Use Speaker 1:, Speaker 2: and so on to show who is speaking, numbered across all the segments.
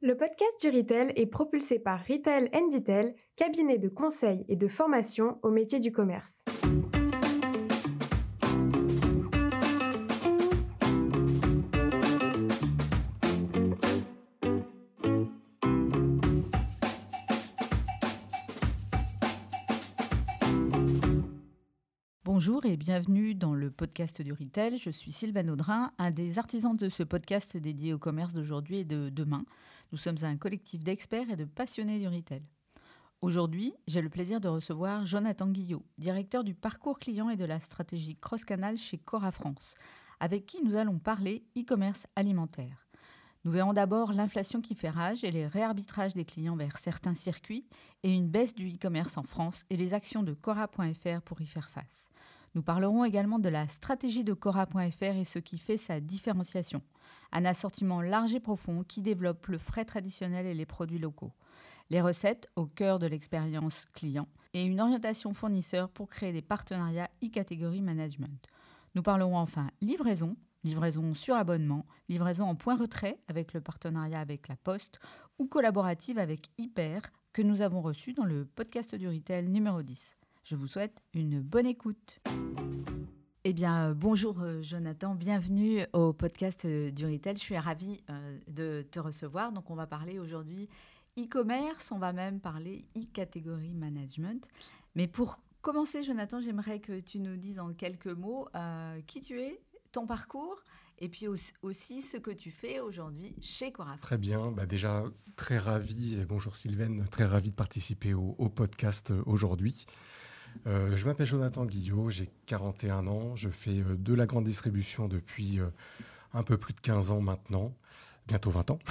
Speaker 1: Le podcast du Retail est propulsé par Retail & Detail, cabinet de conseil et de formation au métier du commerce.
Speaker 2: Bonjour et bienvenue dans le podcast du Retail. Je suis Sylvain Audrin, un des artisans de ce podcast dédié au commerce d'aujourd'hui et de demain. Nous sommes un collectif d'experts et de passionnés du retail. Aujourd'hui, j'ai le plaisir de recevoir Jonathan Guillot, directeur du parcours client et de la stratégie cross-canal chez Cora France, avec qui nous allons parler e-commerce alimentaire. Nous verrons d'abord l'inflation qui fait rage et les réarbitrages des clients vers certains circuits et une baisse du e-commerce en France et les actions de Cora.fr pour y faire face. Nous parlerons également de la stratégie de Cora.fr et ce qui fait sa différenciation. Un assortiment large et profond qui développe le frais traditionnel et les produits locaux. Les recettes au cœur de l'expérience client et une orientation fournisseur pour créer des partenariats e-catégorie management. Nous parlerons enfin livraison sur abonnement, livraison en point retrait avec le partenariat avec La Poste ou collaborative avec Hyper que nous avons reçu dans le podcast du Retail numéro 10. Je vous souhaite une bonne écoute. Eh bien, bonjour Jonathan, bienvenue au podcast du Retail. Je suis ravie de te recevoir. Donc, on va parler aujourd'hui e-commerce, on va même parler e-catégorie management. Mais pour commencer, Jonathan, j'aimerais que tu nous dises en quelques mots qui tu es, ton parcours et puis aussi ce que tu fais aujourd'hui chez Cora.
Speaker 3: Très bien, déjà très ravi, et bonjour Sylvaine, très ravi de participer au podcast aujourd'hui. Je m'appelle Jonathan Guillot, j'ai 41 ans, je fais de la grande distribution depuis un peu plus de 15 ans maintenant, bientôt 20 ans.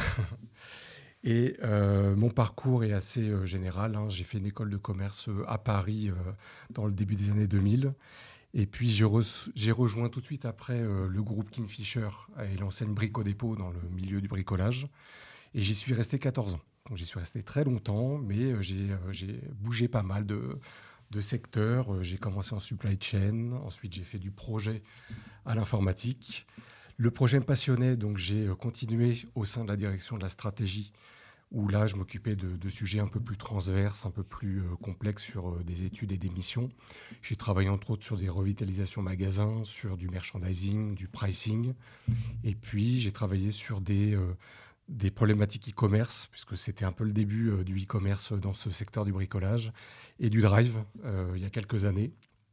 Speaker 3: Et mon parcours est assez général, j'ai fait une école de commerce à Paris dans le début des années 2000. Et puis j'ai rejoint tout de suite après le groupe Kingfisher et l'enseigne Brico Dépôt dans le milieu du bricolage. Et j'y suis resté 14 ans. Donc j'y suis resté très longtemps, mais j'ai bougé pas mal de secteurs. J'ai commencé en supply chain, ensuite j'ai fait du projet à l'informatique. Le projet me passionnait, donc j'ai continué au sein de la direction de la stratégie, où là, je m'occupais de sujets un peu plus transverses, un peu plus complexes sur des études et des missions. J'ai travaillé entre autres sur des revitalisations magasins, sur du merchandising, du pricing. Et puis, j'ai travaillé sur des problématiques e-commerce, puisque c'était un peu le début du e-commerce dans ce secteur du bricolage, et du drive il y a quelques années.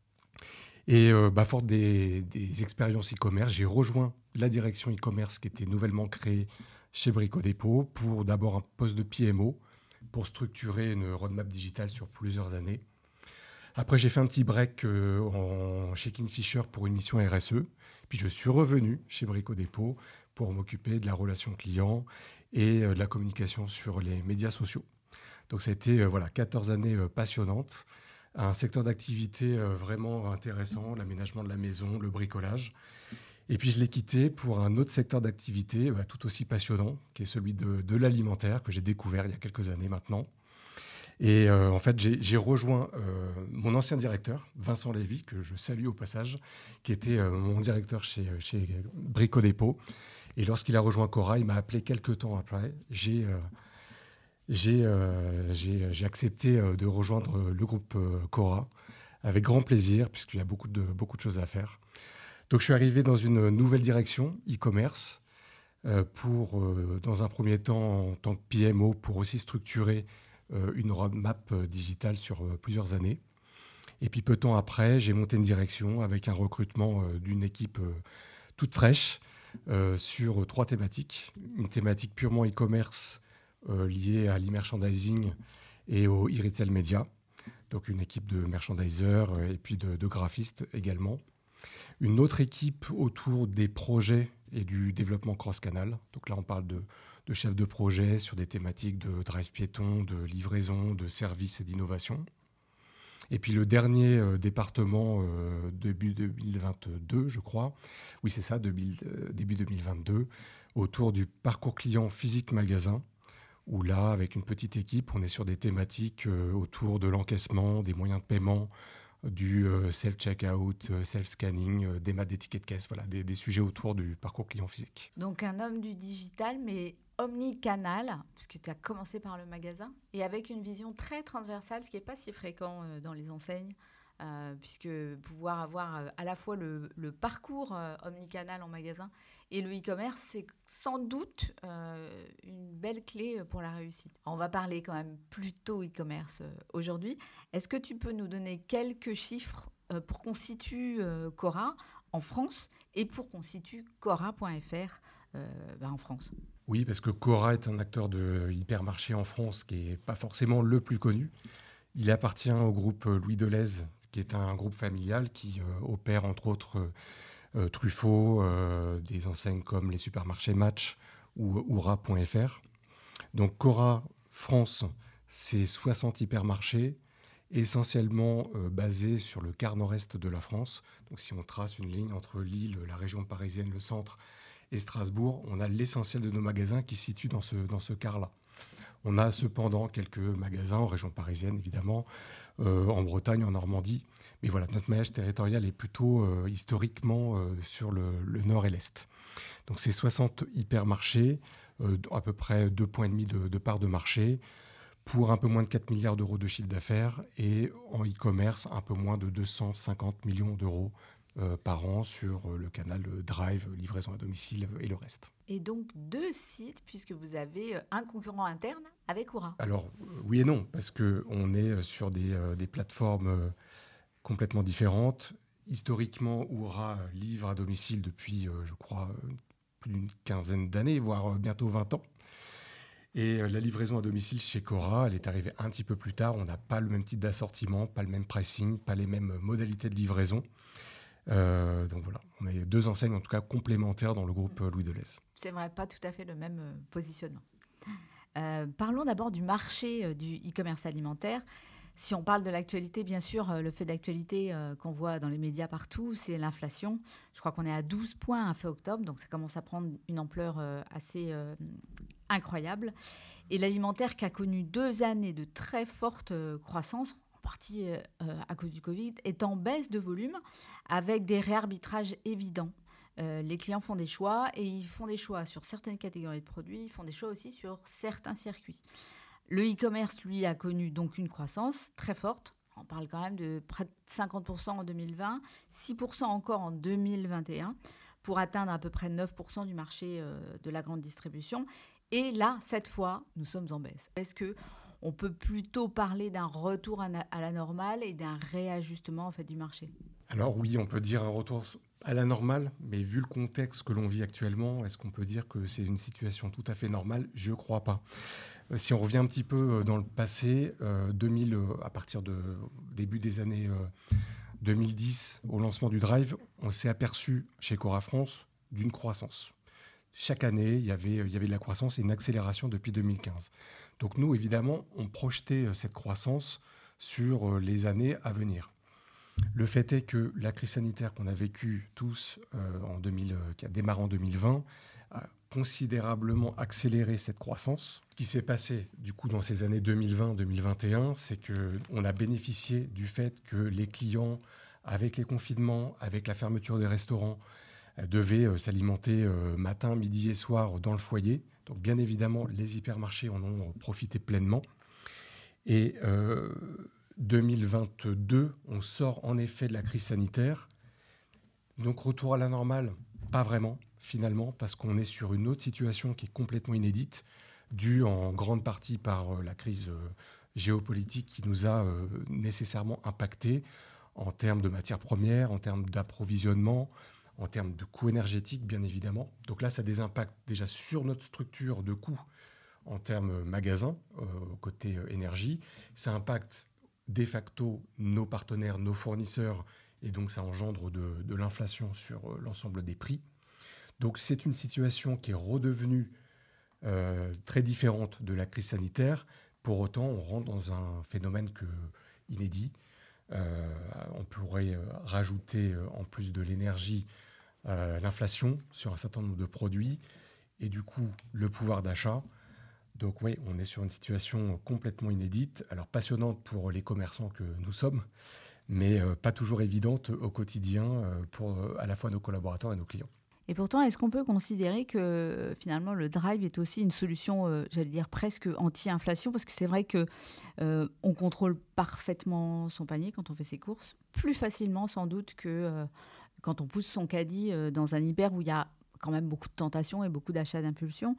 Speaker 3: Et forte des expériences e-commerce, j'ai rejoint la direction e-commerce qui était nouvellement créée chez Brico Dépôt pour d'abord un poste de PMO pour structurer une roadmap digitale sur plusieurs années. Après, j'ai fait un petit break chez Kingfisher pour une mission RSE. Puis je suis revenu chez Brico Dépôt pour m'occuper de la relation client et de la communication sur les médias sociaux. Donc ça a été 14 années passionnantes. Un secteur d'activité vraiment intéressant, l'aménagement de la maison, le bricolage. Et puis je l'ai quitté pour un autre secteur d'activité tout aussi passionnant, qui est celui de l'alimentaire, que j'ai découvert il y a quelques années maintenant. Et en fait, j'ai rejoint mon ancien directeur, Vincent Lévy, que je salue au passage, qui était mon directeur chez Brico Dépôt. Et lorsqu'il a rejoint Cora, il m'a appelé quelques temps après. J'ai accepté de rejoindre le groupe Cora avec grand plaisir, puisqu'il y a beaucoup de choses à faire. Donc, je suis arrivé dans une nouvelle direction, e-commerce, dans un premier temps en tant que PMO, pour aussi structurer une roadmap digitale sur plusieurs années. Et puis, peu de temps après, j'ai monté une direction avec un recrutement d'une équipe toute fraîche sur 3 thématiques. Une thématique purement e-commerce liée à l'e-merchandising et au e-retail média. Donc, une équipe de merchandisers et puis de graphistes également. Une autre équipe autour des projets et du développement cross-canal. Donc là, on parle de chefs de projet sur des thématiques de drive piéton, de livraison, de services et d'innovation. Et puis le dernier département, début 2022, je crois. Oui, c'est ça, début 2022, autour du parcours client physique magasin, où là, avec une petite équipe, on est sur des thématiques autour de l'encaissement, des moyens de paiement, du self-checkout, self-scanning, des maths d'étiquette caisse, des sujets autour du parcours client physique.
Speaker 2: Donc un homme du digital, mais omnicanal, puisque tu as commencé par le magasin, et avec une vision très transversale, ce qui n'est pas si fréquent dans les enseignes, puisque pouvoir avoir à la fois le parcours omnicanal en magasin et le e-commerce, c'est sans doute une belle clé pour la réussite. On va parler quand même plutôt e-commerce aujourd'hui. Est-ce que tu peux nous donner quelques chiffres pour qu'on situe Cora en France et pour qu'on situe Cora.fr en France?
Speaker 3: Oui, parce que Cora est un acteur de hypermarché en France qui n'est pas forcément le plus connu. Il appartient au groupe Louis Delhaize, qui est un groupe familial qui opère entre autres Truffaut, des enseignes comme les supermarchés Match ou Oura.fr. Donc Cora France, c'est 60 hypermarchés, essentiellement basés sur le quart nord-est de la France. Donc si on trace une ligne entre Lille, la région parisienne, le centre et Strasbourg, on a l'essentiel de nos magasins qui se situent dans ce quart-là. On a cependant quelques magasins en région parisienne, évidemment, en Bretagne, en Normandie. Mais voilà, notre maillage territorial est plutôt historiquement sur le nord et l'est. Donc c'est 60 hypermarchés, à peu près 2,5 points de part de marché, pour un peu moins de 4 milliards d'euros de chiffre d'affaires, et en e-commerce, un peu moins de 250 millions d'euros par an sur le canal Drive, livraison à domicile et le reste.
Speaker 2: Et donc 2 sites, puisque vous avez un concurrent interne avec Oura.
Speaker 3: Alors oui et non, parce qu'on est sur des plateformes complètement différentes. Historiquement, Oura livre à domicile depuis, je crois, plus d'une quinzaine d'années, voire bientôt 20 ans. Et la livraison à domicile chez Cora, elle est arrivée un petit peu plus tard. On n'a pas le même type d'assortiment, pas le même pricing, pas les mêmes modalités de livraison. Donc voilà, on a 2 enseignes en tout cas complémentaires dans le groupe Louis Delhaize.
Speaker 2: C'est vrai, pas tout à fait le même positionnement. Parlons d'abord du marché du e-commerce alimentaire. Si on parle de l'actualité, bien sûr, le fait d'actualité qu'on voit dans les médias partout, c'est l'inflation. Je crois qu'on est à 12 points à fin octobre, donc ça commence à prendre une ampleur assez incroyable. Et l'alimentaire qui a connu 2 années de très forte croissance, en partie à cause du Covid, est en baisse de volume avec des réarbitrages évidents. Les clients font des choix et ils font des choix sur certaines catégories de produits, ils font des choix aussi sur certains circuits. Le e-commerce, lui, a connu donc une croissance très forte. On parle quand même de près de 50% en 2020, 6% encore en 2021, pour atteindre à peu près 9% du marché de la grande distribution. Et là, cette fois, nous sommes en baisse. Est-ce qu'on peut plutôt parler d'un retour à la normale et d'un réajustement en fait, du marché?
Speaker 3: Alors oui, on peut dire un retour à la normale, mais vu le contexte que l'on vit actuellement, est-ce qu'on peut dire que c'est une situation tout à fait normale? Je ne crois pas. Si on revient un petit peu dans le passé, à partir de début des années 2010, au lancement du Drive, on s'est aperçu chez Cora France d'une croissance. Chaque année, il y avait de la croissance et une accélération depuis 2015. Donc nous, évidemment, on projetait cette croissance sur les années à venir. Le fait est que la crise sanitaire qu'on a vécue tous, qui a démarré en 2020, a considérablement accéléré cette croissance. Ce qui s'est passé du coup dans ces années 2020-2021, c'est qu'on a bénéficié du fait que les clients, avec les confinements, avec la fermeture des restaurants, devaient s'alimenter matin, midi et soir dans le foyer. Donc bien évidemment, les hypermarchés en ont profité pleinement. Et 2022, on sort en effet de la crise sanitaire. Donc retour à la normale, pas vraiment finalement, parce qu'on est sur une autre situation qui est complètement inédite, due en grande partie par la crise géopolitique qui nous a nécessairement impacté en termes de matières premières, en termes d'approvisionnement, en termes de coûts énergétiques, bien évidemment. Donc là, ça a des impacts déjà sur notre structure de coûts en termes magasins, côté énergie. Ça impacte de facto nos partenaires, nos fournisseurs, et donc ça engendre de l'inflation sur l'ensemble des prix. Donc c'est une situation qui est redevenue très différente de la crise sanitaire. Pour autant, on rentre dans un phénomène inédit. On pourrait rajouter, en plus de l'énergie, l'inflation sur un certain nombre de produits et du coup le pouvoir d'achat. Donc oui, on est sur une situation complètement inédite, alors passionnante pour les commerçants que nous sommes, mais pas toujours évidente au quotidien pour à la fois nos collaborateurs et nos clients.
Speaker 2: Et pourtant, est-ce qu'on peut considérer que finalement le drive est aussi une solution, j'allais dire presque anti-inflation, parce que c'est vrai que on contrôle parfaitement son panier quand on fait ses courses, plus facilement sans doute que quand on pousse son caddie dans un hyper où il y a quand même beaucoup de tentations et beaucoup d'achats d'impulsion.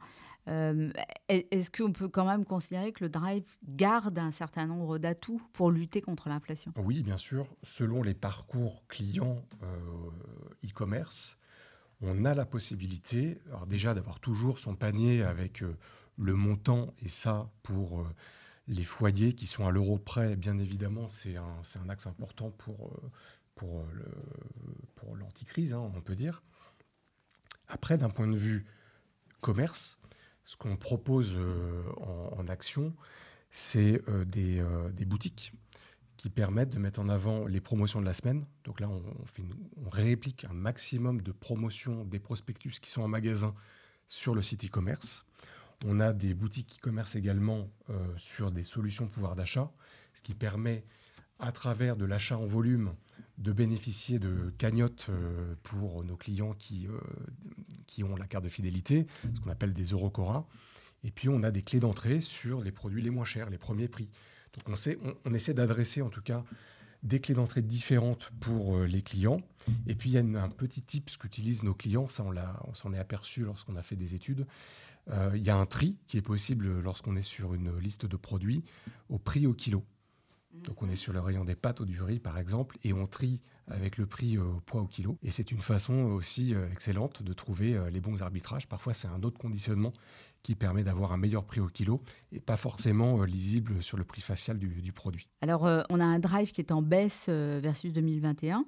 Speaker 2: Est-ce qu'on peut quand même considérer que le drive garde un certain nombre d'atouts pour lutter contre l'inflation ?
Speaker 3: Oui, bien sûr. Selon les parcours clients e-commerce, on a la possibilité, alors déjà d'avoir toujours son panier avec le montant, et ça pour les foyers qui sont à l'euro près, bien évidemment, c'est un axe important pour l'anticrise, hein, on peut dire. Après, d'un point de vue commerce, ce qu'on propose en action, c'est des boutiques qui permettent de mettre en avant les promotions de la semaine. Donc là, on réplique un maximum de promotions des prospectus qui sont en magasin sur le site e-commerce. On a des boutiques e-commerce également sur des solutions pouvoir d'achat, ce qui permet, à travers de l'achat en volume, de bénéficier de cagnottes pour nos clients qui ont la carte de fidélité, ce qu'on appelle des Eurocora. Et puis, on a des clés d'entrée sur les produits les moins chers, les premiers prix. Donc, on essaie d'adresser, en tout cas, des clés d'entrée différentes pour les clients. Et puis, il y a un petit tips qu'utilisent nos clients. Ça, on s'en est aperçu lorsqu'on a fait des études. Il y a un tri qui est possible lorsqu'on est sur une liste de produits au prix au kilo. Donc, on est sur le rayon des pâtes ou du riz, par exemple, et on trie avec le prix au poids au kilo. Et c'est une façon aussi excellente de trouver les bons arbitrages. Parfois, c'est un autre conditionnement qui permet d'avoir un meilleur prix au kilo et pas forcément lisible sur le prix facial du produit.
Speaker 2: Alors, on a un drive qui est en baisse versus 2021.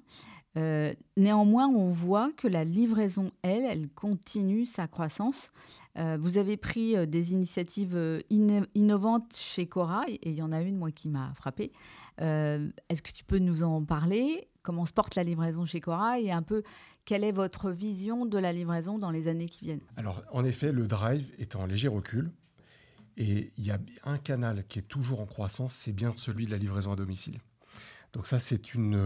Speaker 2: Néanmoins, on voit que la livraison, elle continue sa croissance. Vous avez pris des initiatives innovantes chez Cora, et il y en a une, moi, qui m'a frappée. Est-ce que tu peux nous en parler ? Comment se porte la livraison chez Cora et un peu quelle est votre vision de la livraison dans les années qui viennent ?
Speaker 3: Alors, en effet, le drive est en léger recul. Et il y a un canal qui est toujours en croissance, c'est bien celui de la livraison à domicile. Donc ça, c'est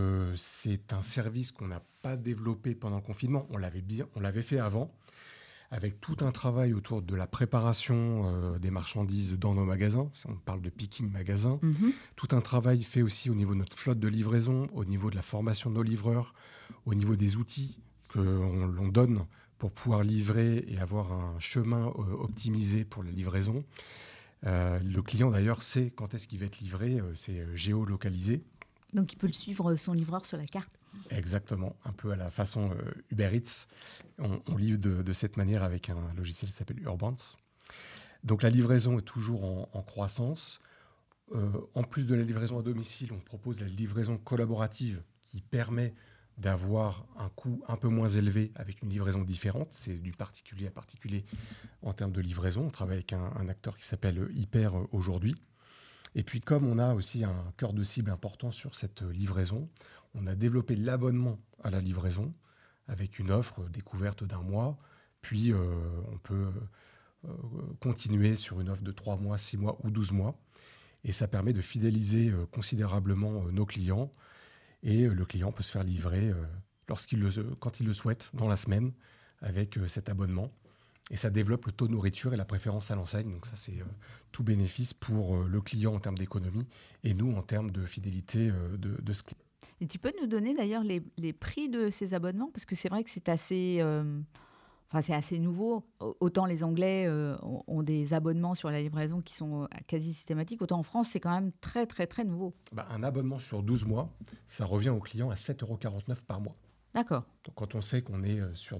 Speaker 3: un service qu'on n'a pas développé pendant le confinement. On l'avait fait avant, avec tout un travail autour de la préparation des marchandises dans nos magasins. On parle de picking magasin. Tout un travail fait aussi au niveau de notre flotte de livraison, au niveau de la formation de nos livreurs, au niveau des outils qu'on donne pour pouvoir livrer et avoir un chemin optimisé pour la livraison. Le client, d'ailleurs, sait quand est-ce qu'il va être livré. C'est géolocalisé.
Speaker 2: Donc, il peut le suivre, son livreur, sur la carte.
Speaker 3: Exactement, un peu à la façon Uber Eats. On livre de cette manière avec un logiciel qui s'appelle Urbans. Donc la livraison est toujours en croissance. En plus de la livraison à domicile, on propose la livraison collaborative qui permet d'avoir un coût un peu moins élevé avec une livraison différente. C'est du particulier à particulier en termes de livraison. On travaille avec un acteur qui s'appelle Hyper aujourd'hui. Et puis, comme on a aussi un cœur de cible important sur cette livraison, on a développé l'abonnement à la livraison avec une offre découverte d'1 mois. Puis, on peut continuer sur une offre de 3 mois, 6 mois ou 12 mois. Et ça permet de fidéliser considérablement nos clients. Et le client peut se faire livrer quand il le souhaite dans la semaine avec cet abonnement. Et ça développe le taux de nourriture et la préférence à l'enseigne. Donc ça, c'est tout bénéfice pour le client en termes d'économie et nous en termes de fidélité de ce client.
Speaker 2: Et tu peux nous donner d'ailleurs les prix de ces abonnements ? Parce que c'est vrai que c'est assez nouveau. Autant les Anglais ont des abonnements sur la livraison qui sont quasi systématiques, autant en France, c'est quand même très, très, très nouveau.
Speaker 3: Un abonnement sur 12 mois, ça revient au client à 7,49 € par mois.
Speaker 2: D'accord.
Speaker 3: Donc quand on sait qu'on est sur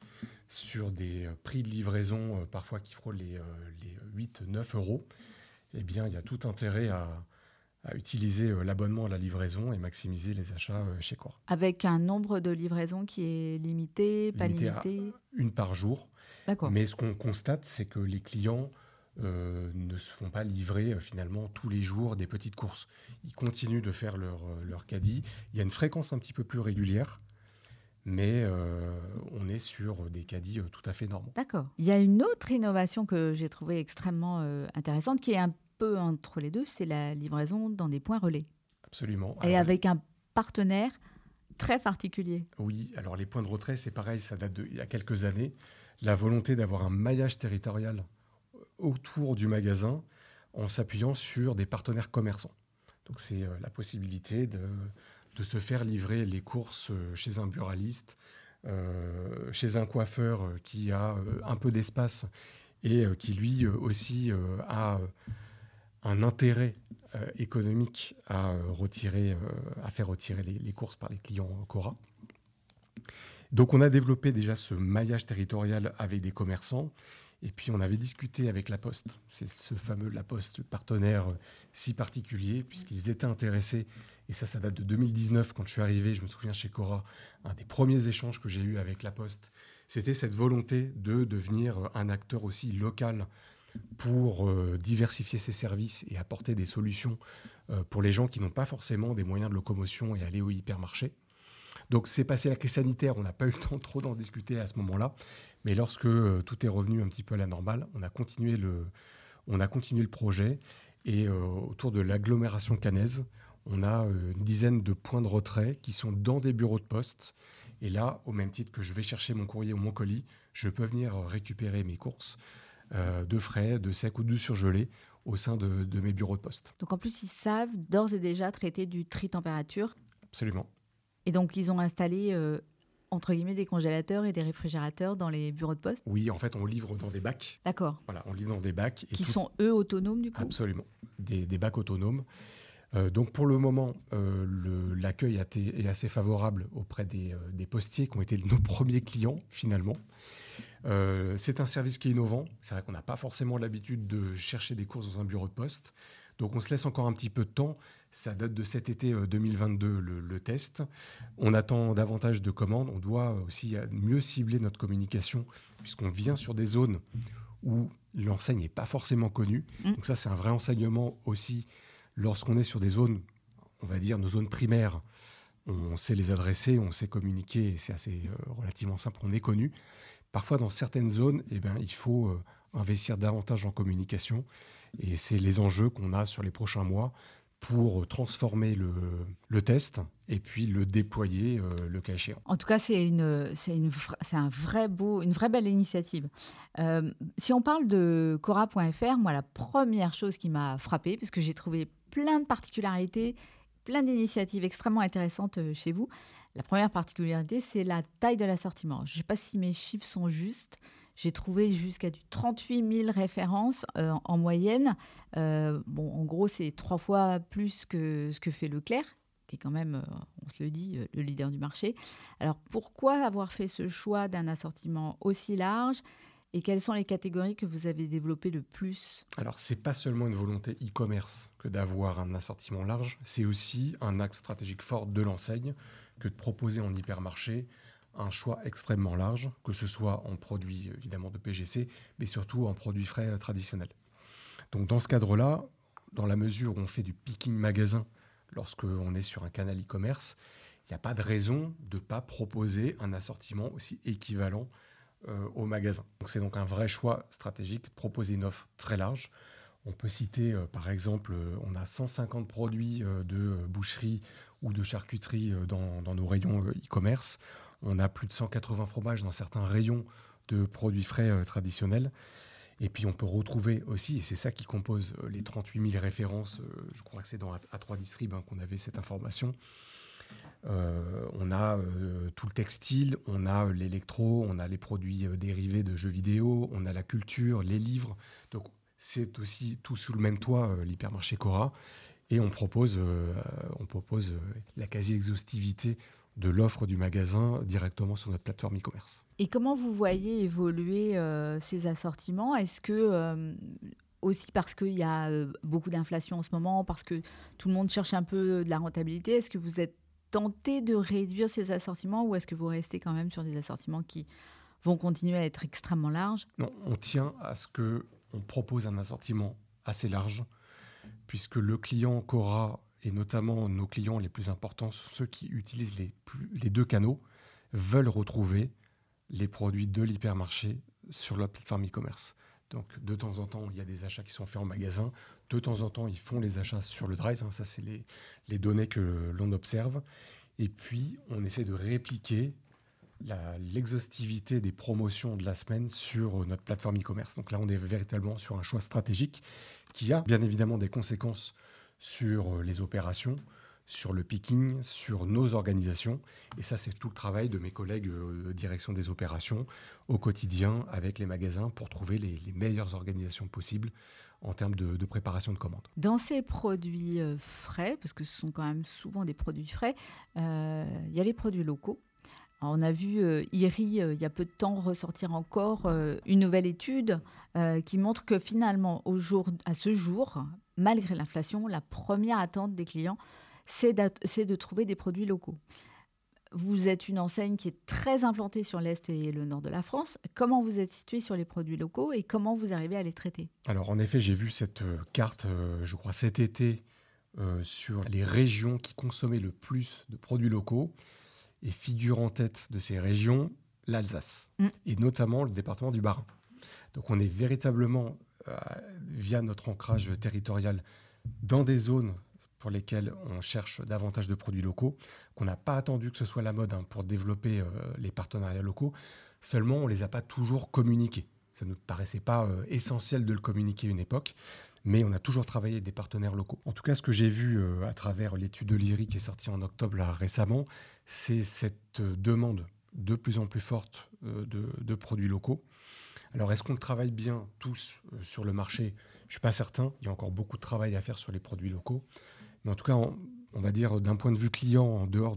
Speaker 3: des prix de livraison parfois qui frôlent les 8-9 €, eh bien, il y a tout intérêt à utiliser l'abonnement à la livraison et maximiser les achats chez Cora.
Speaker 2: Avec un nombre de livraisons qui est limité, pas limité ?
Speaker 3: Une par jour.
Speaker 2: D'accord.
Speaker 3: Mais ce qu'on constate, c'est que les clients ne se font pas livrer finalement tous les jours des petites courses. Ils continuent de faire leur caddie. Il y a une fréquence un petit peu plus régulière. Mais on est sur des caddies tout à fait normaux.
Speaker 2: D'accord. Il y a une autre innovation que j'ai trouvée extrêmement intéressante, qui est un peu entre les deux, c'est la livraison dans des points relais.
Speaker 3: Absolument.
Speaker 2: Et avec un partenaire très particulier.
Speaker 3: Oui, alors les points de retrait, c'est pareil, ça date d'il y a quelques années. La volonté d'avoir un maillage territorial autour du magasin en s'appuyant sur des partenaires commerçants. Donc c'est la possibilité de se faire livrer les courses chez un buraliste, chez un coiffeur qui a un peu d'espace et qui lui aussi a un intérêt économique à faire retirer les courses par les clients Cora. Donc on a développé déjà ce maillage territorial avec des commerçants. Et puis on avait discuté avec La Poste. C'est ce fameux La Poste partenaire si particulier, puisqu'ils étaient intéressés. Et ça date de 2019, quand je suis arrivé, je me souviens chez Cora, un des premiers échanges que j'ai eus avec La Poste, c'était cette volonté de devenir un acteur aussi local pour diversifier ses services et apporter des solutions pour les gens qui n'ont pas forcément des moyens de locomotion et aller au hypermarché. Donc c'est passé la crise sanitaire, on n'a pas eu le temps trop d'en discuter à ce moment-là, mais lorsque tout est revenu un petit peu à la normale, on a continué le projet et autour de l'agglomération caennaise, on a une dizaine de points de retrait qui sont dans des bureaux de poste. Et là, au même titre que je vais chercher mon courrier ou mon colis, je peux venir récupérer mes courses de frais, de sec ou de surgelé au sein de mes bureaux de poste.
Speaker 2: Donc en plus, ils savent d'ores et déjà traiter du tri-température.
Speaker 3: Absolument.
Speaker 2: Et donc, ils ont installé, entre guillemets, des congélateurs et des réfrigérateurs dans les bureaux de poste.
Speaker 3: Oui, en fait, on livre dans des bacs.
Speaker 2: D'accord.
Speaker 3: Voilà, on livre dans des bacs.
Speaker 2: Qui sont, eux, autonomes, du coup ?
Speaker 3: Absolument. Des bacs autonomes. Donc, pour le moment, l'accueil est assez favorable auprès des postiers qui ont été nos premiers clients, finalement. C'est un service qui est innovant. C'est vrai qu'on n'a pas forcément l'habitude de chercher des courses dans un bureau de poste. Donc, on se laisse encore un petit peu de temps. Ça date de cet été 2022, le test. On attend davantage de commandes. On doit aussi mieux cibler notre communication puisqu'on vient sur des zones où l'enseigne n'est pas forcément connue. Donc ça, c'est un vrai enseignement aussi lorsqu'on est sur des zones, on va dire nos zones primaires. On sait les adresser, on sait communiquer, et c'est assez relativement simple, on est connu. Parfois, dans certaines zones, il faut investir davantage en communication. Et c'est les enjeux qu'on a sur les prochains mois pour transformer le test et puis le déployer le cas échéant.
Speaker 2: En tout cas, c'est une vraie belle initiative. Si on parle de Cora.fr, moi, la première chose qui m'a frappée, parce que j'ai trouvé plein de particularités, plein d'initiatives extrêmement intéressantes chez vous, la première particularité, c'est la taille de l'assortiment. Je ne sais pas si mes chiffres sont justes. J'ai trouvé jusqu'à du 38 000 références en moyenne. En gros, c'est 3 fois plus que ce que fait Leclerc, qui est quand même, on se le dit, le leader du marché. Alors, pourquoi avoir fait ce choix d'un assortiment aussi large et quelles sont les catégories que vous avez développées le plus ?
Speaker 3: Alors, ce n'est pas seulement une volonté e-commerce que d'avoir un assortiment large, c'est aussi un axe stratégique fort de l'enseigne que de proposer en hypermarché un choix extrêmement large, que ce soit en produits évidemment de PGC, mais surtout en produits frais traditionnels. Donc dans ce cadre-là, dans la mesure où on fait du picking magasin lorsqu'on est sur un canal e-commerce, il n'y a pas de raison de ne pas proposer un assortiment aussi équivalent au magasin. Donc c'est donc un vrai choix stratégique de proposer une offre très large. On peut citer par exemple, on a 150 produits de boucherie ou de charcuterie dans nos rayons e-commerce. On a plus de 180 fromages dans certains rayons de produits frais traditionnels. Et puis, on peut retrouver aussi, et c'est ça qui compose les 38 000 références, je crois que c'est dans A3 Distrib qu'on avait cette information. On a tout le textile, on a l'électro, on a les produits dérivés de jeux vidéo, on a la culture, les livres. Donc, c'est aussi tout sous le même toit, l'hypermarché Cora. Et on propose la quasi-exhaustivité de l'offre du magasin directement sur notre plateforme e-commerce.
Speaker 2: Et comment vous voyez évoluer ces assortiments ? Est-ce que, aussi parce qu'il y a beaucoup d'inflation en ce moment, parce que tout le monde cherche un peu de la rentabilité, est-ce que vous êtes tenté de réduire ces assortiments ou est-ce que vous restez quand même sur des assortiments qui vont continuer à être extrêmement larges ?
Speaker 3: Non, on tient à ce qu'on propose un assortiment assez large, puisque le client Cora et notamment nos clients les plus importants, ceux qui utilisent les deux canaux, veulent retrouver les produits de l'hypermarché sur la plateforme e-commerce. Donc, de temps en temps, il y a des achats qui sont faits en magasin. De temps en temps, ils font les achats sur le drive. Ça, c'est les données que l'on observe. Et puis, on essaie de répliquer l'exhaustivité des promotions de la semaine sur notre plateforme e-commerce. Donc là, on est véritablement sur un choix stratégique qui a bien évidemment des conséquences sur les opérations, sur le picking, sur nos organisations. Et ça, c'est tout le travail de mes collègues direction des opérations au quotidien avec les magasins pour trouver les meilleures organisations possibles en termes de préparation de commandes.
Speaker 2: Dans ces produits frais, parce que ce sont quand même souvent des produits frais, il y a les produits locaux. Alors, on a vu IRI, il y a peu de temps, ressortir encore une nouvelle étude qui montre que finalement, à ce jour, malgré l'inflation, la première attente des clients, c'est de trouver des produits locaux. Vous êtes une enseigne qui est très implantée sur l'Est et le Nord de la France. Comment vous êtes situé sur les produits locaux et comment vous arrivez à les traiter ?
Speaker 3: Alors, en effet, j'ai vu cette carte, je crois, cet été, sur les régions qui consommaient le plus de produits locaux. Et figure en tête de ces régions, l'Alsace, et notamment le département du Bas-Rhin. Donc on est véritablement, via notre ancrage territorial, dans des zones pour lesquelles on cherche davantage de produits locaux, qu'on n'a pas attendu que ce soit la mode pour développer les partenariats locaux, seulement on ne les a pas toujours communiqués. Ça ne nous paraissait pas essentiel de le communiquer à une époque, mais on a toujours travaillé avec des partenaires locaux. En tout cas, ce que j'ai vu à travers l'étude de l'IRI qui est sortie en octobre là, récemment, c'est cette demande de plus en plus forte de produits locaux. Alors, est-ce qu'on travaille bien tous sur le marché ? Je ne suis pas certain. Il y a encore beaucoup de travail à faire sur les produits locaux. Mais en tout cas, on va dire d'un point de vue client, en dehors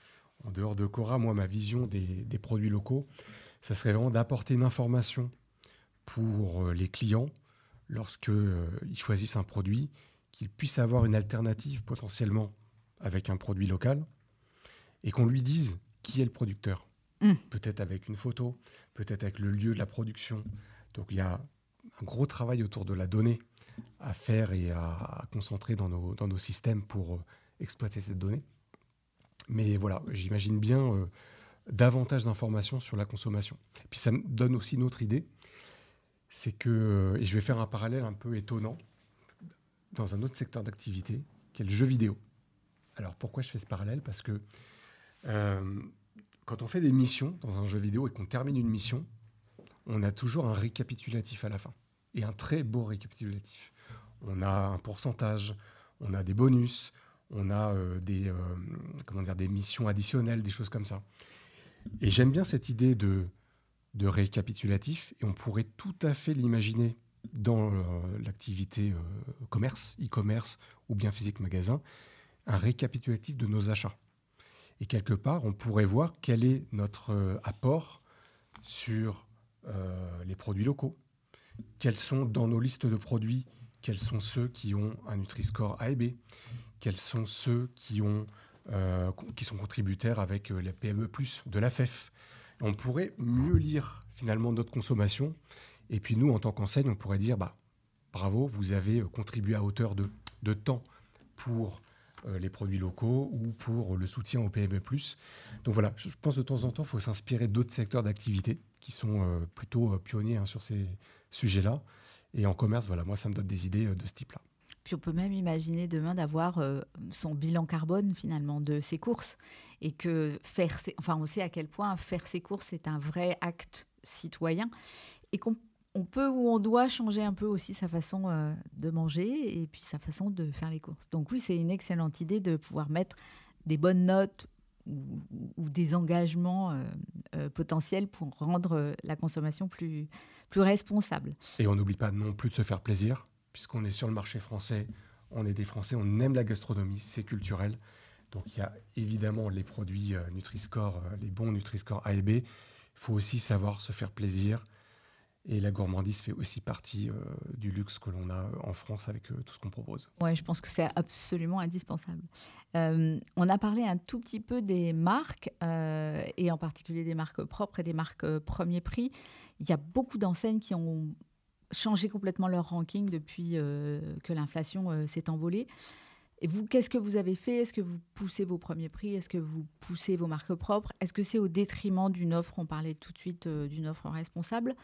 Speaker 3: de Cora, moi, ma vision des produits locaux, ça serait vraiment d'apporter une information pour les clients lorsqu'ils choisissent un produit, qu'ils puissent avoir une alternative potentiellement avec un produit local et qu'on lui dise qui est le producteur. Peut-être avec une photo, peut-être avec le lieu de la production. Donc il y a un gros travail autour de la donnée à faire et à concentrer dans nos systèmes pour exploiter cette donnée. Mais voilà, j'imagine bien davantage d'informations sur la consommation. Et puis ça me donne aussi une autre idée, c'est que, et je vais faire un parallèle un peu étonnant, dans un autre secteur d'activité, qui est le jeu vidéo. Alors pourquoi je fais ce parallèle ? Parce que quand on fait des missions dans un jeu vidéo et qu'on termine une mission, on a toujours un récapitulatif à la fin. Et un très beau récapitulatif. On a un pourcentage, on a des bonus, on a des missions additionnelles, des choses comme ça. Et j'aime bien cette idée de récapitulatif, et on pourrait tout à fait l'imaginer dans l'activité commerce, e-commerce ou bien physique magasin, un récapitulatif de nos achats. Et quelque part, on pourrait voir quel est notre apport sur les produits locaux. Quels sont dans nos listes de produits, quels sont ceux qui ont un Nutri-Score A et B, quels sont ceux qui sont contributaires avec la PME+, de la FEF. On pourrait mieux lire finalement notre consommation. Et puis nous, en tant qu'enseigne, on pourrait dire bravo, vous avez contribué à hauteur de temps pour les produits locaux ou pour le soutien aux PME+. Donc voilà, je pense de temps en temps, il faut s'inspirer d'autres secteurs d'activité qui sont plutôt pionniers sur ces sujets-là. Et en commerce, voilà, moi, ça me donne des idées de ce type-là.
Speaker 2: Puis on peut même imaginer demain d'avoir son bilan carbone finalement de ses courses et que on sait à quel point faire ses courses est un vrai acte citoyen et qu'on peut ou on doit changer un peu aussi sa façon de manger et puis sa façon de faire les courses. Donc oui, c'est une excellente idée de pouvoir mettre des bonnes notes ou des engagements potentiels pour rendre la consommation plus responsable.
Speaker 3: Et on n'oublie pas non plus de se faire plaisir. Puisqu'on est sur le marché français, on est des Français, on aime la gastronomie, c'est culturel. Donc il y a évidemment les produits Nutri-Score, les bons Nutri-Score A et B. Il faut aussi savoir se faire plaisir. Et la gourmandise fait aussi partie du luxe que l'on a en France avec tout ce qu'on propose.
Speaker 2: Oui, je pense que c'est absolument indispensable. On a parlé un tout petit peu des marques, et en particulier des marques propres et des marques premier prix. Il y a beaucoup d'enseignes qui ont changé complètement leur ranking depuis que l'inflation s'est envolée. Et vous, qu'est-ce que vous avez fait ? Est-ce que vous poussez vos premiers prix ? Est-ce que vous poussez vos marques propres ? Est-ce que c'est au détriment d'une offre ? On parlait tout de suite d'une offre responsable.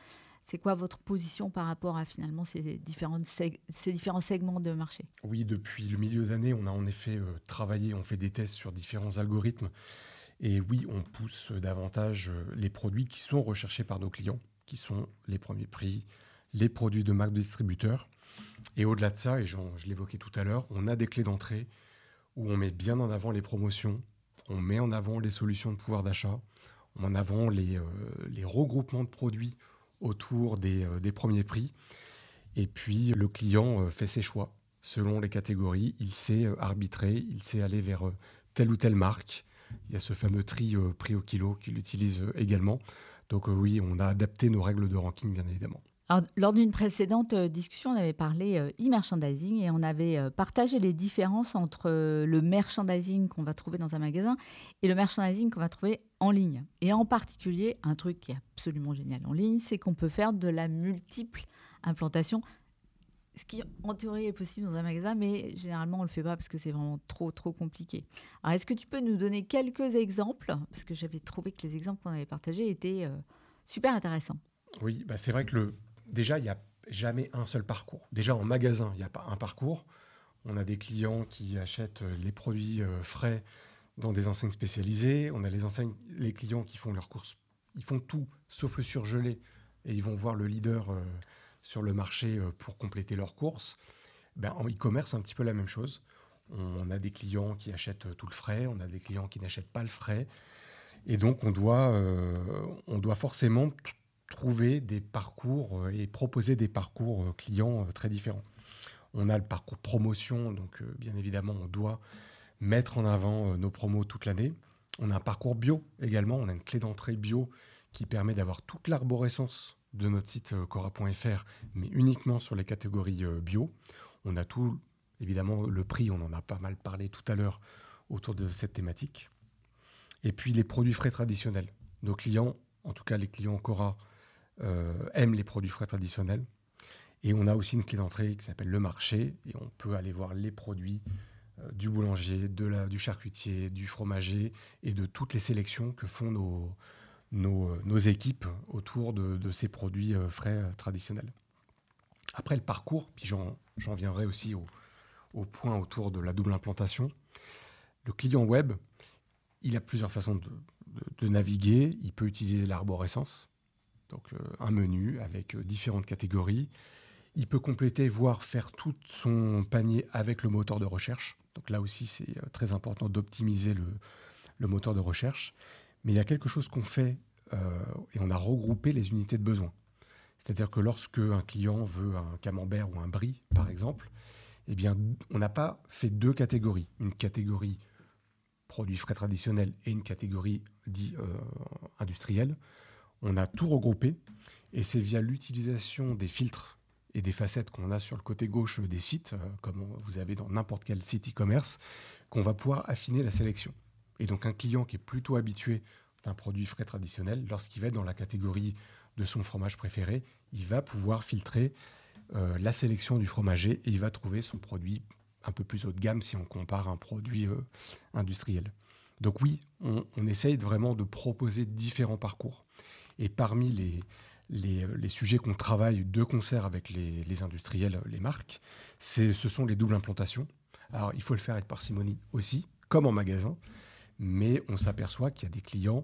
Speaker 2: C'est quoi votre position par rapport à finalement ces différents segments de marché ?
Speaker 3: Oui, depuis le milieu d'année, on a en effet travaillé, on fait des tests sur différents algorithmes. Et oui, on pousse davantage les produits qui sont recherchés par nos clients, qui sont les premiers prix, les produits de marque de distributeurs. Et au-delà de ça, et je l'évoquais tout à l'heure, on a des clés d'entrée où on met bien en avant les promotions, on met en avant les solutions de pouvoir d'achat, on met en avant les regroupements de produits autour des premiers prix. Et puis, le client fait ses choix selon les catégories. Il sait arbitrer, il sait aller vers telle ou telle marque. Il y a ce fameux tri prix au kilo qu'il utilise également. Donc oui, on a adapté nos règles de ranking, bien évidemment.
Speaker 2: Alors, lors d'une précédente discussion, on avait parlé e-merchandising et on avait partagé les différences entre le merchandising qu'on va trouver dans un magasin et le merchandising qu'on va trouver en ligne. Et en particulier, un truc qui est absolument génial en ligne, c'est qu'on peut faire de la multiple implantation, ce qui en théorie est possible dans un magasin, mais généralement on ne le fait pas parce que c'est vraiment trop compliqué. Alors, est-ce que tu peux nous donner quelques exemples ? Parce que j'avais trouvé que les exemples qu'on avait partagés étaient super intéressants.
Speaker 3: Oui, c'est vrai que déjà, il n'y a jamais un seul parcours. Déjà, en magasin, il n'y a pas un parcours. On a des clients qui achètent les produits frais dans des enseignes spécialisées. On a les clients qui font leurs courses. Ils font tout, sauf le surgelé. Et ils vont voir le leader sur le marché pour compléter leurs courses. En e-commerce, c'est un petit peu la même chose. On a des clients qui achètent tout le frais. On a des clients qui n'achètent pas le frais. Et donc, on doit forcément trouver des parcours et proposer des parcours clients très différents. On a le parcours promotion, donc bien évidemment, on doit mettre en avant nos promos toute l'année. On a un parcours bio également, on a une clé d'entrée bio qui permet d'avoir toute l'arborescence de notre site cora.fr, mais uniquement sur les catégories bio. On a tout, évidemment, le prix, on en a pas mal parlé tout à l'heure autour de cette thématique. Et puis les produits frais traditionnels. Nos clients, en tout cas les clients Cora, aiment les produits frais traditionnels. Et on a aussi une clé d'entrée qui s'appelle le marché. Et on peut aller voir les produits du boulanger, du charcutier, du fromager et de toutes les sélections que font nos équipes autour de ces produits frais traditionnels. Après le parcours, puis j'en viendrai aussi au point autour de la double implantation. Le client web, il a plusieurs façons de naviguer. Il peut utiliser l'arborescence, donc un menu avec différentes catégories. Il peut compléter, voire faire tout son panier avec le moteur de recherche. Donc là aussi, c'est très important d'optimiser le moteur de recherche. Mais il y a quelque chose qu'on fait et on a regroupé les unités de besoin. C'est-à-dire que lorsque un client veut un camembert ou un brie, par exemple, eh bien, on n'a pas fait deux catégories. Une catégorie produits frais traditionnels et une catégorie dit industrielle. On a tout regroupé et c'est via l'utilisation des filtres et des facettes qu'on a sur le côté gauche des sites, comme vous avez dans n'importe quel site e-commerce, qu'on va pouvoir affiner la sélection. Et donc un client qui est plutôt habitué d'un produit frais traditionnel, lorsqu'il va être dans la catégorie de son fromage préféré, il va pouvoir filtrer la sélection du fromager et il va trouver son produit un peu plus haut de gamme si on compare un produit industriel. Donc oui, on essaye vraiment de proposer différents parcours. Et parmi les sujets qu'on travaille de concert avec les industriels, les marques, ce sont les doubles implantations. Alors il faut le faire avec parcimonie aussi, comme en magasin, mais on s'aperçoit qu'il y a des clients.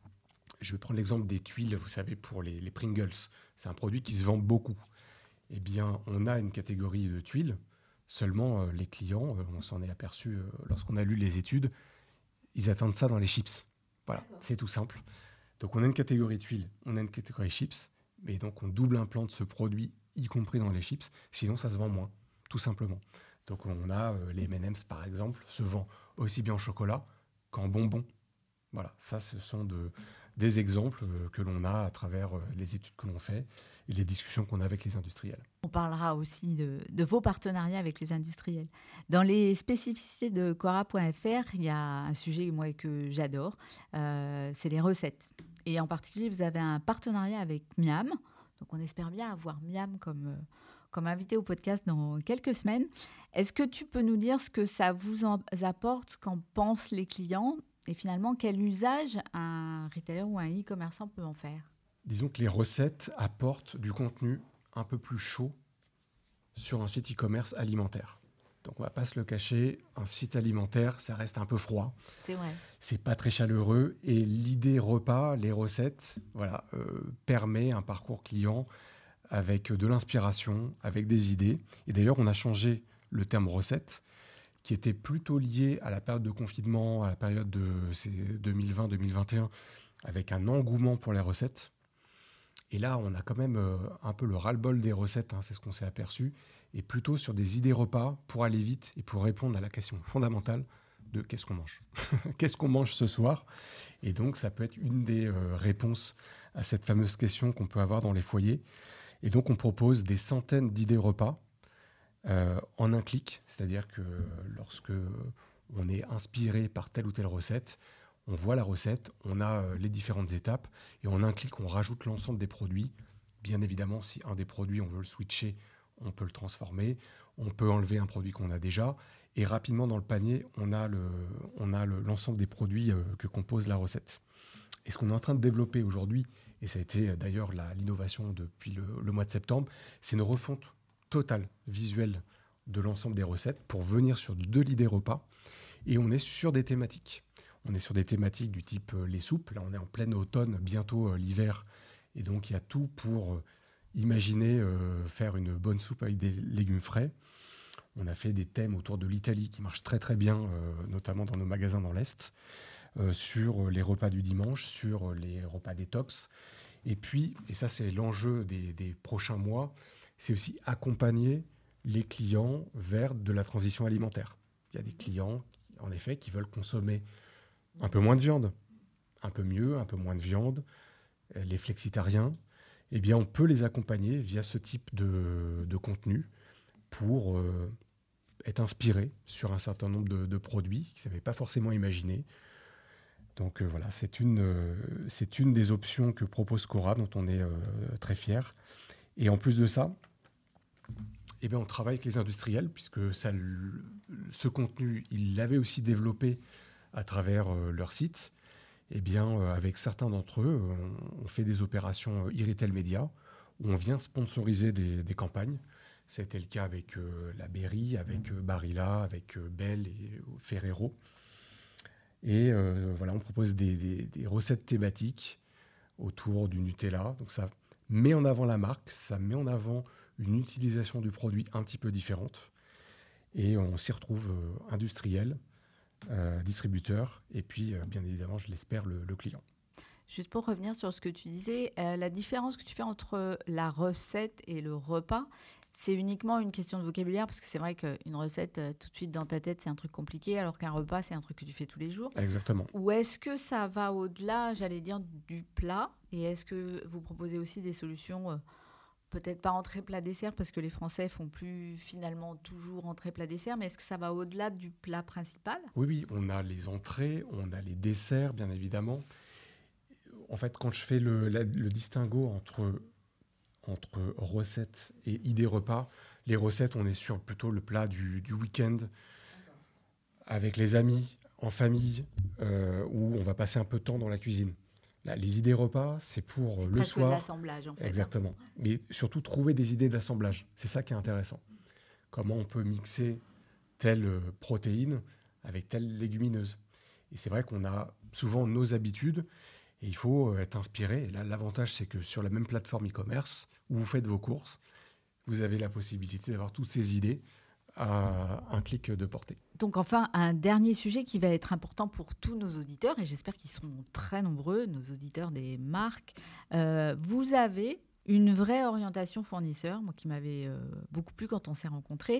Speaker 3: Je vais prendre l'exemple des tuiles, vous savez, pour les Pringles. C'est un produit qui se vend beaucoup. Eh bien, on a une catégorie de tuiles. Seulement, les clients, on s'en est aperçu lorsqu'on a lu les études, ils attendent ça dans les chips. Voilà, c'est tout simple. Donc, on a une catégorie tuiles, on a une catégorie chips, mais donc on double implante ce produit, y compris dans les chips. Sinon, ça se vend moins, tout simplement. Donc, on a les M&M's, par exemple, se vend aussi bien en chocolat qu'en bonbons. Voilà, ça, ce sont des exemples que l'on a à travers les études que l'on fait et les discussions qu'on a avec les industriels.
Speaker 2: On parlera aussi de vos partenariats avec les industriels. Dans les spécificités de Cora.fr, il y a un sujet moi, que j'adore, c'est les recettes. Et en particulier, vous avez un partenariat avec Miam. Donc, on espère bien avoir Miam comme invité au podcast dans quelques semaines. Est-ce que tu peux nous dire ce que ça vous apporte, qu'en pensent les clients et finalement, quel usage un retailer ou un e-commerçant peut en faire ?
Speaker 3: Disons que les recettes apportent du contenu un peu plus chaud sur un site e-commerce alimentaire. Donc on ne va pas se le cacher, un site alimentaire, ça reste un peu froid.
Speaker 2: C'est vrai.
Speaker 3: C'est pas très chaleureux. Et l'idée repas, les recettes, permet un parcours client avec de l'inspiration, avec des idées. Et d'ailleurs, on a changé le terme recette, qui était plutôt lié à la période de confinement, à la période de 2020-2021, avec un engouement pour les recettes. Et là, on a quand même un peu le ras-le-bol des recettes, c'est ce qu'on s'est aperçu, et plutôt sur des idées repas pour aller vite et pour répondre à la question fondamentale de qu'est-ce qu'on mange. Qu'est-ce qu'on mange ce soir? Et donc, ça peut être une des réponses à cette fameuse question qu'on peut avoir dans les foyers. Et donc, on propose des centaines d'idées repas en un clic, c'est-à-dire que lorsque on est inspiré par telle ou telle recette, on voit la recette, on a les différentes étapes, et en un clic, on rajoute l'ensemble des produits. Bien évidemment, si un des produits, on veut le switcher, on peut le transformer, on peut enlever un produit qu'on a déjà, et rapidement dans le panier, on a l'ensemble des produits que compose la recette. Et ce qu'on est en train de développer aujourd'hui, et ça a été d'ailleurs l'innovation depuis le mois de septembre, c'est une refonte totale, visuelle de l'ensemble des recettes pour venir sur de l'idée repas, et on est sur des thématiques. On est sur des thématiques du type les soupes. Là, on est en plein automne, bientôt l'hiver. Et donc, il y a tout pour imaginer faire une bonne soupe avec des légumes frais. On a fait des thèmes autour de l'Italie qui marchent très, très bien, notamment dans nos magasins dans l'Est, sur les repas du dimanche, sur les repas détox. Et puis, et ça, c'est l'enjeu des prochains mois, c'est aussi accompagner les clients vers de la transition alimentaire. Il y a des clients, en effet, qui veulent consommer un peu moins de viande, un peu mieux, un peu moins de viande. Les flexitariens, eh bien, on peut les accompagner via ce type de contenu pour être inspiré sur un certain nombre de produits qu'ils n'avaient pas forcément imaginés. Donc voilà, c'est une des options que propose Cora, dont on est très fiers. Et en plus de ça, eh bien, on travaille avec les industriels, puisque ce contenu, ils l'avaient aussi développé à travers leur site. Eh bien, avec certains d'entre eux, on fait des opérations e-retail média, où on vient sponsoriser des campagnes. C'était le cas avec la Berry, avec Barilla, avec Bell et Ferrero. Et on propose des recettes thématiques autour du Nutella. Donc ça met en avant la marque, ça met en avant une utilisation du produit un petit peu différente. Et on s'y retrouve industriel, distributeur, et puis bien évidemment, je l'espère, le client.
Speaker 2: Juste pour revenir sur ce que tu disais, la différence que tu fais entre la recette et le repas, c'est uniquement une question de vocabulaire, parce que c'est vrai qu'une recette, tout de suite dans ta tête, c'est un truc compliqué, alors qu'un repas, c'est un truc que tu fais tous les jours.
Speaker 3: Exactement.
Speaker 2: Ou est-ce que ça va au-delà, j'allais dire, du plat? Et est-ce que vous proposez aussi des solutions, peut-être pas entrée, plat, dessert, parce que les Français font plus finalement toujours entrée, plat, dessert, mais est-ce que ça va au-delà du plat principal?
Speaker 3: Oui, on a les entrées, on a les desserts, bien évidemment. En fait, quand je fais le distinguo entre recettes et idées repas, les recettes, on est sur plutôt le plat du week-end, avec les amis, en famille, où on va passer un peu de temps dans la cuisine. Là, les idées repas, c'est pour le soir.
Speaker 2: C'est l'assemblage, en fait.
Speaker 3: Exactement. Mais surtout, trouver des idées d'assemblage. C'est ça qui est intéressant. Comment on peut mixer telle protéine avec telle légumineuse. Et c'est vrai qu'on a souvent nos habitudes et il faut être inspiré. Et là, l'avantage, c'est que sur la même plateforme e-commerce où vous faites vos courses, vous avez la possibilité d'avoir toutes ces idées à un clic de portée.
Speaker 2: Donc enfin, un dernier sujet qui va être important pour tous nos auditeurs, et j'espère qu'ils seront très nombreux, nos auditeurs des marques. Vous avez une vraie orientation fournisseur, moi qui m'avait beaucoup plu quand on s'est rencontrés,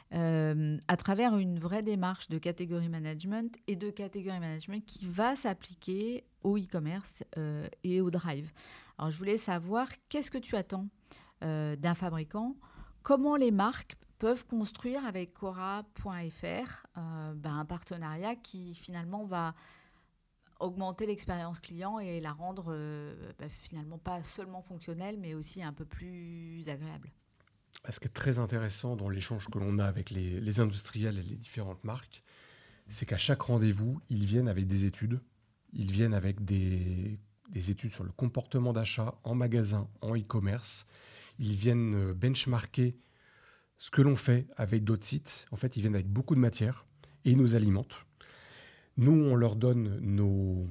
Speaker 2: à travers une vraie démarche de catégorie management et de catégorie management qui va s'appliquer au e-commerce et au drive. Alors je voulais savoir, qu'est-ce que tu attends d'un fabricant? Comment les marques peuvent construire avec Cora.fr un partenariat qui finalement va augmenter l'expérience client et la rendre finalement pas seulement fonctionnelle, mais aussi un peu plus agréable.
Speaker 3: Ce qui est très intéressant dans l'échange que l'on a avec les industriels et les différentes marques, c'est qu'à chaque rendez-vous, ils viennent avec des études, ils viennent avec des des études sur le comportement d'achat en magasin, en e-commerce. Ils viennent benchmarker ce que l'on fait avec d'autres sites. En fait, ils viennent avec beaucoup de matière et ils nous alimentent. Nous, on leur donne nos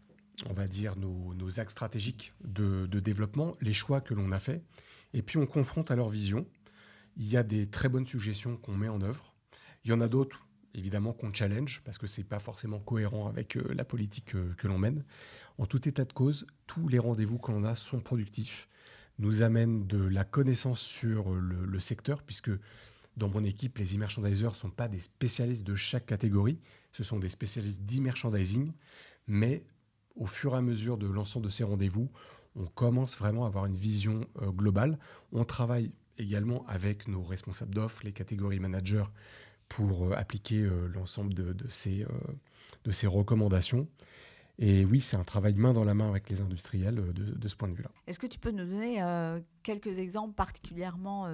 Speaker 3: axes stratégiques de développement, les choix que l'on a faits, et puis on confronte à leur vision. Il y a des très bonnes suggestions qu'on met en œuvre. Il y en a d'autres, évidemment, qu'on challenge, parce que ce n'est pas forcément cohérent avec la politique que l'on mène. En tout état de cause, tous les rendez-vous que l'on a sont productifs, nous amènent de la connaissance sur le secteur, puisque dans mon équipe, les e-merchandisers ne sont pas des spécialistes de chaque catégorie, ce sont des spécialistes d'e-merchandising, mais au fur et à mesure de l'ensemble de ces rendez-vous, on commence vraiment à avoir une vision globale. On travaille également avec nos responsables d'offres, les catégories managers, pour appliquer l'ensemble de ces recommandations. Et oui, c'est un travail main dans la main avec les industriels de ce point de vue-là.
Speaker 2: Est-ce que tu peux nous donner quelques exemples particulièrement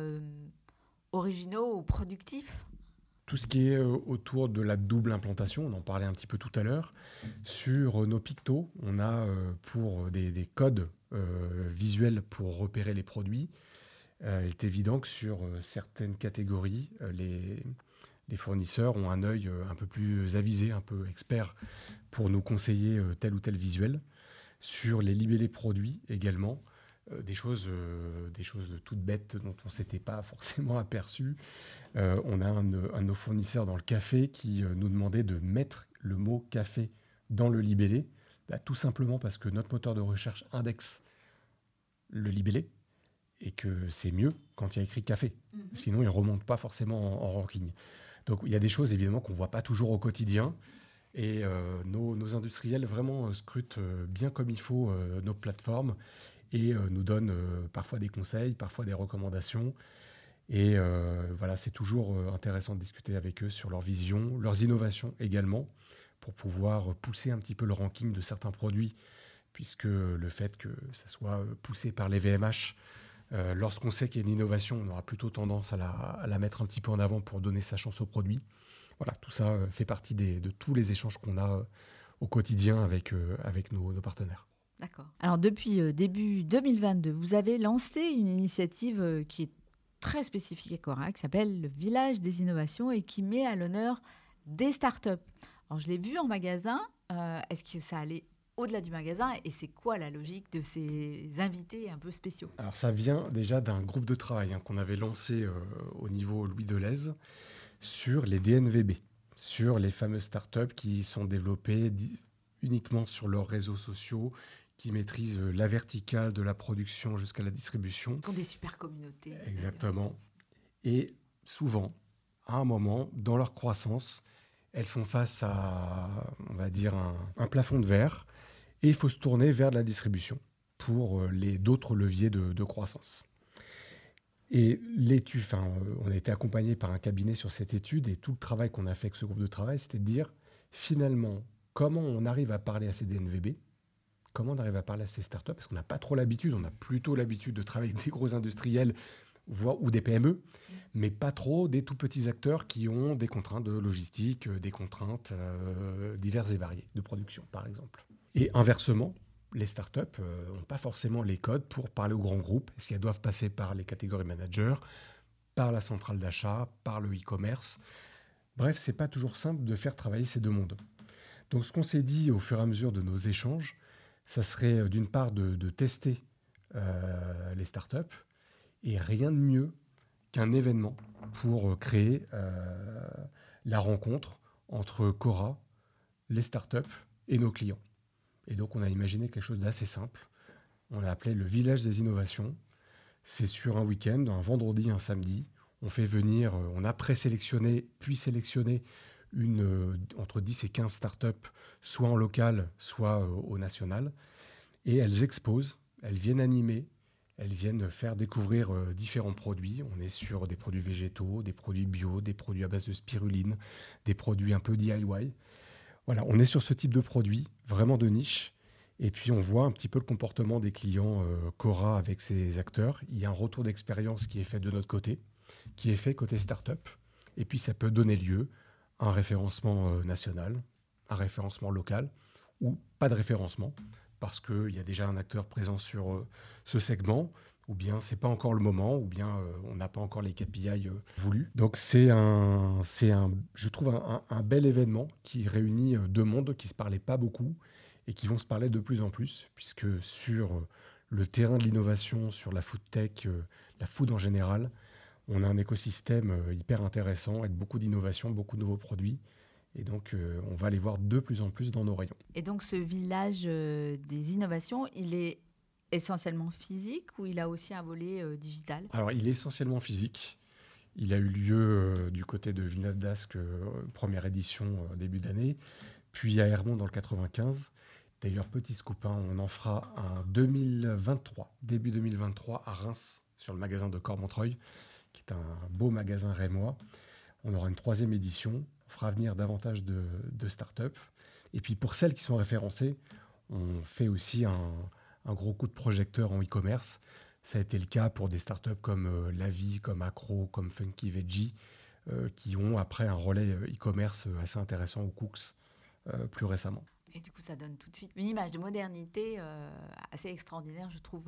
Speaker 2: originaux ou productifs ?
Speaker 3: Tout ce qui est autour de la double implantation, on en parlait un petit peu tout à l'heure. Sur nos pictos, on a pour des codes visuels pour repérer les produits. Il est évident que sur certaines catégories, les fournisseurs ont un œil un peu plus avisé, un peu expert pour nous conseiller tel ou tel visuel. Sur les libellés produits également, des choses toutes bêtes dont on ne s'était pas forcément aperçu. On a un de nos fournisseurs dans le café qui nous demandait de mettre le mot café dans le libellé, tout simplement parce que notre moteur de recherche indexe le libellé et que c'est mieux quand il y a écrit café. Sinon, il ne remonte pas forcément en ranking. Donc, il y a des choses, évidemment, qu'on ne voit pas toujours au quotidien. Et nos industriels vraiment scrutent bien comme il faut nos plateformes et nous donnent parfois des conseils, parfois des recommandations. Et voilà, c'est toujours intéressant de discuter avec eux sur leur vision, leurs innovations également, pour pouvoir pousser un petit peu le ranking de certains produits, puisque le fait que ça soit poussé par les VMH, lorsqu'on sait qu'il y a une innovation, on aura plutôt tendance à la mettre un petit peu en avant pour donner sa chance au produit. Voilà, tout ça fait partie de tous les échanges qu'on a au quotidien avec nos partenaires.
Speaker 2: D'accord. Alors, depuis début 2022, vous avez lancé une initiative qui est très spécifique à Cora, qui s'appelle le Village des Innovations et qui met à l'honneur des startups. Alors, je l'ai vu en magasin. Est-ce que ça allait au-delà du magasin et c'est quoi la logique de ces invités un peu spéciaux ?
Speaker 3: Alors, ça vient déjà d'un groupe de travail qu'on avait lancé au niveau Louis Delhaize sur les DNVB, sur les fameuses startups qui sont développées uniquement sur leurs réseaux sociaux, qui maîtrisent la verticale de la production jusqu'à la distribution.
Speaker 2: Qui ont des super communautés.
Speaker 3: Exactement. Et souvent, à un moment, dans leur croissance, elles font face à, on va dire, un plafond de verre et il faut se tourner vers de la distribution pour d'autres leviers de croissance. Et on a été accompagné par un cabinet sur cette étude et tout le travail qu'on a fait avec ce groupe de travail, c'était de dire finalement comment on arrive à parler à ces DNVB, comment on arrive à parler à ces startups, parce qu'on n'a pas trop l'habitude, on a plutôt l'habitude de travailler avec des gros industriels ou des PME, mais pas trop des tout petits acteurs qui ont des contraintes de logistique, des contraintes diverses et variées de production, par exemple. Et inversement, les startups n'ont pas forcément les codes pour parler aux grands groupes, parce qu'elles doivent passer par les catégories managers, par la centrale d'achat, par le e-commerce. Bref, ce n'est pas toujours simple de faire travailler ces deux mondes. Donc, ce qu'on s'est dit au fur et à mesure de nos échanges, ça serait d'une part de tester les startups, et rien de mieux qu'un événement pour créer la rencontre entre Cora, les startups et nos clients. Et donc, on a imaginé quelque chose d'assez simple. On l'a appelé le Village des Innovations. C'est sur un week-end, un vendredi, un samedi. On fait venir, on a présélectionné, puis sélectionné entre 10 et 15 startups, soit en local, soit au national. Et elles exposent, elles viennent animer, elles viennent faire découvrir différents produits. On est sur des produits végétaux, des produits bio, des produits à base de spiruline, des produits un peu DIY. Voilà, on est sur ce type de produit, vraiment de niche. Et puis, on voit un petit peu le comportement des clients Cora avec ses acteurs. Il y a un retour d'expérience qui est fait de notre côté, qui est fait côté start-up. Et puis, ça peut donner lieu à un référencement national, un référencement local, ou pas de référencement, parce qu'il y a déjà un acteur présent sur ce segment, ou bien c'est pas encore le moment, ou bien on n'a pas encore les KPI voulus. Donc je trouve un bel événement qui réunit deux mondes qui se parlaient pas beaucoup et qui vont se parler de plus en plus, puisque sur le terrain de l'innovation, sur la food tech, la food en général, on a un écosystème hyper intéressant avec beaucoup d'innovation, beaucoup de nouveaux produits. Et donc, on va les voir de plus en plus dans nos rayons.
Speaker 2: Et donc, ce village des innovations, il est essentiellement physique ou il a aussi un volet digital ?
Speaker 3: Alors, il est essentiellement physique. Il a eu lieu du côté de Villeneuve d'Ascq, première édition début d'année, puis à Hermont dans le 95. D'ailleurs, petit scoop, on en fera un 2023, début 2023 à Reims, sur le magasin de Cormontreuil, qui est un beau magasin rémois. On aura une 3e édition. On fera venir davantage de startups. Et puis, pour celles qui sont référencées, on fait aussi un gros coup de projecteur en e-commerce. Ça a été le cas pour des startups comme Lavi, comme Acro, comme Funky Veggie, qui ont après un relais e-commerce assez intéressant au Cooks plus récemment.
Speaker 2: Et du coup, ça donne tout de suite une image de modernité assez extraordinaire, je trouve,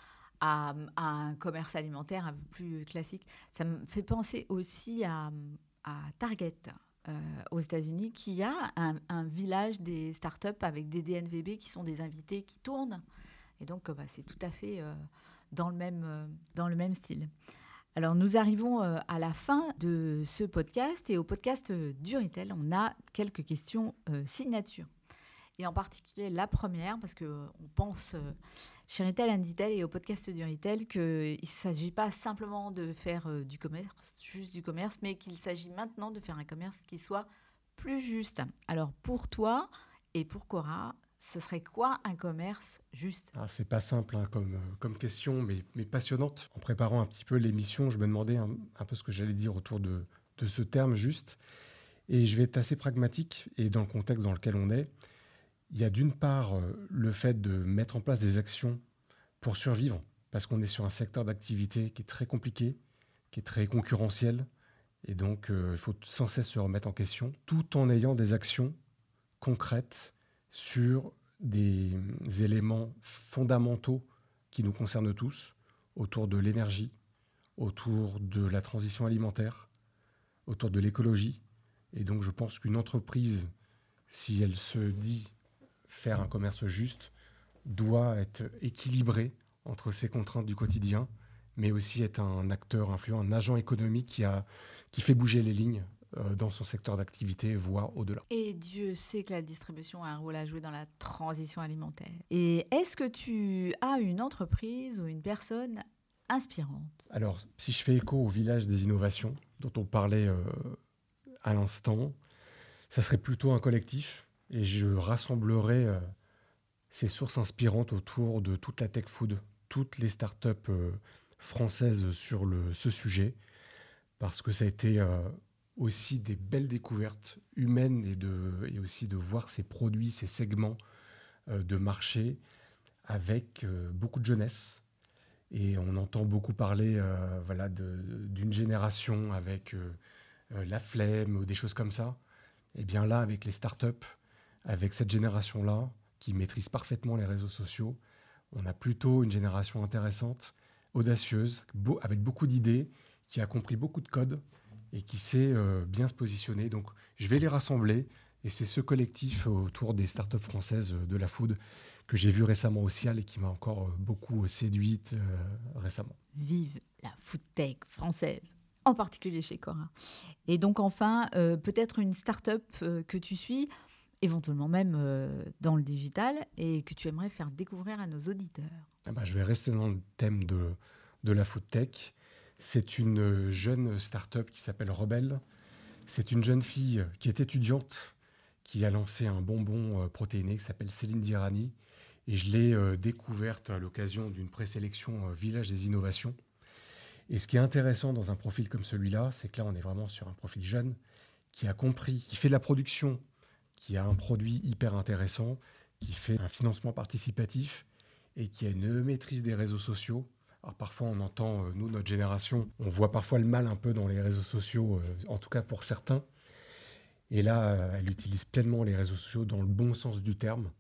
Speaker 2: à un commerce alimentaire un peu plus classique. Ça me fait penser aussi à Target aux États-Unis, qui a un village des startups avec des DNVB qui sont des invités qui tournent. Et donc, c'est tout à fait dans le même style. Alors, nous arrivons à la fin de ce podcast. Et au podcast du Retail, on a quelques questions signature. Et en particulier la première, parce qu'on pense chez Retail Inditel et au podcast du Retail qu'il ne s'agit pas simplement de faire du commerce, juste du commerce, mais qu'il s'agit maintenant de faire un commerce qui soit plus juste. Alors pour toi et pour Cora, ce serait quoi un commerce juste ?
Speaker 3: C'est pas simple comme question, mais passionnante. En préparant un petit peu l'émission, je me demandais un peu ce que j'allais dire autour de ce terme juste. Et je vais être assez pragmatique, et dans le contexte dans lequel on est, il y a d'une part le fait de mettre en place des actions pour survivre, parce qu'on est sur un secteur d'activité qui est très compliqué, qui est très concurrentiel, et donc il faut sans cesse se remettre en question, tout en ayant des actions concrètes sur des éléments fondamentaux qui nous concernent tous, autour de l'énergie, autour de la transition alimentaire, autour de l'écologie. Et donc je pense qu'une entreprise, si elle se dit faire un commerce juste, doit être équilibrée entre ses contraintes du quotidien, mais aussi être un acteur influent, un agent économique qui fait bouger les lignes dans son secteur d'activité, voire au-delà.
Speaker 2: Et Dieu sait que la distribution a un rôle à jouer dans la transition alimentaire. Et est-ce que tu as une entreprise ou une personne inspirante ?
Speaker 3: Alors, si je fais écho au village des innovations, dont on parlait à l'instant, ça serait plutôt un collectif, et je rassemblerai ces sources inspirantes autour de toute la tech food, toutes les startups françaises sur ce sujet, parce que ça a été aussi des belles découvertes humaines et aussi de voir ces produits, ces segments de marché avec beaucoup de jeunesse. Et on entend beaucoup parler d'une génération avec la flemme ou des choses comme ça. Et bien là, avec les startups, avec cette génération-là, qui maîtrise parfaitement les réseaux sociaux, on a plutôt une génération intéressante, audacieuse, avec beaucoup d'idées, qui a compris beaucoup de codes et qui sait bien se positionner. Donc, je vais les rassembler. Et c'est ce collectif autour des startups françaises de la food que j'ai vu récemment au Cial et qui m'a encore beaucoup séduite récemment.
Speaker 2: Vive la food tech française, en particulier chez Cora. Et donc, enfin, peut-être une start-up que tu suis, éventuellement même dans le digital, et que tu aimerais faire découvrir à nos auditeurs.
Speaker 3: Je vais rester dans le thème de la food tech. C'est une jeune start-up qui s'appelle Rebelle. C'est une jeune fille qui est étudiante, qui a lancé un bonbon protéiné qui s'appelle Céline Dirani. Et je l'ai découverte à l'occasion d'une présélection Village des Innovations. Et ce qui est intéressant dans un profil comme celui-là, c'est que là, on est vraiment sur un profil jeune qui a compris, qui fait de la production, qui a un produit hyper intéressant, qui fait un financement participatif et qui a une maîtrise des réseaux sociaux. Alors parfois, on entend, nous, notre génération, on voit parfois le mal un peu dans les réseaux sociaux, en tout cas pour certains. Et là, elle utilise pleinement les réseaux sociaux dans le bon sens du terme.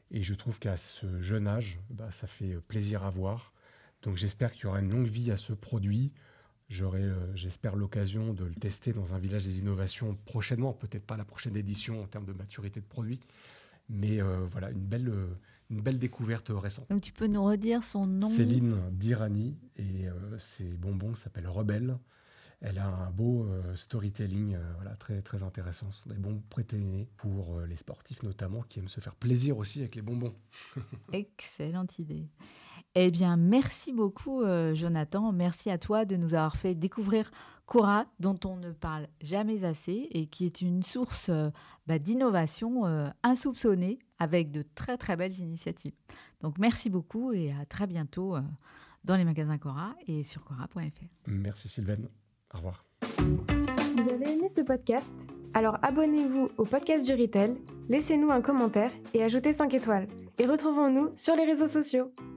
Speaker 3: Et je trouve qu'à ce jeune âge, ça fait plaisir à voir. Donc j'espère qu'il y aura une longue vie à ce produit. J'aurai, j'espère, l'occasion de le tester dans un village des innovations prochainement. Peut-être pas la prochaine édition en termes de maturité de produit. Mais voilà, une belle découverte récente.
Speaker 2: Donc tu peux nous redire son nom?
Speaker 3: Céline Dirani, et ses bonbons s'appellent Rebelle. Elle a un beau storytelling très, très intéressant. Ce sont des bonbons protéinés pour les sportifs notamment, qui aiment se faire plaisir aussi avec les bonbons.
Speaker 2: Excellente idée. Eh bien, merci beaucoup Jonathan. Merci à toi de nous avoir fait découvrir Cora, dont on ne parle jamais assez et qui est une source d'innovation insoupçonnée avec de très très belles initiatives. Donc merci beaucoup et à très bientôt dans les magasins Cora et sur cora.fr.
Speaker 3: Merci Sylvaine. Au revoir.
Speaker 1: Vous avez aimé ce podcast? Alors abonnez-vous au podcast du Retail, laissez-nous un commentaire et ajoutez 5 étoiles. Et retrouvons-nous sur les réseaux sociaux.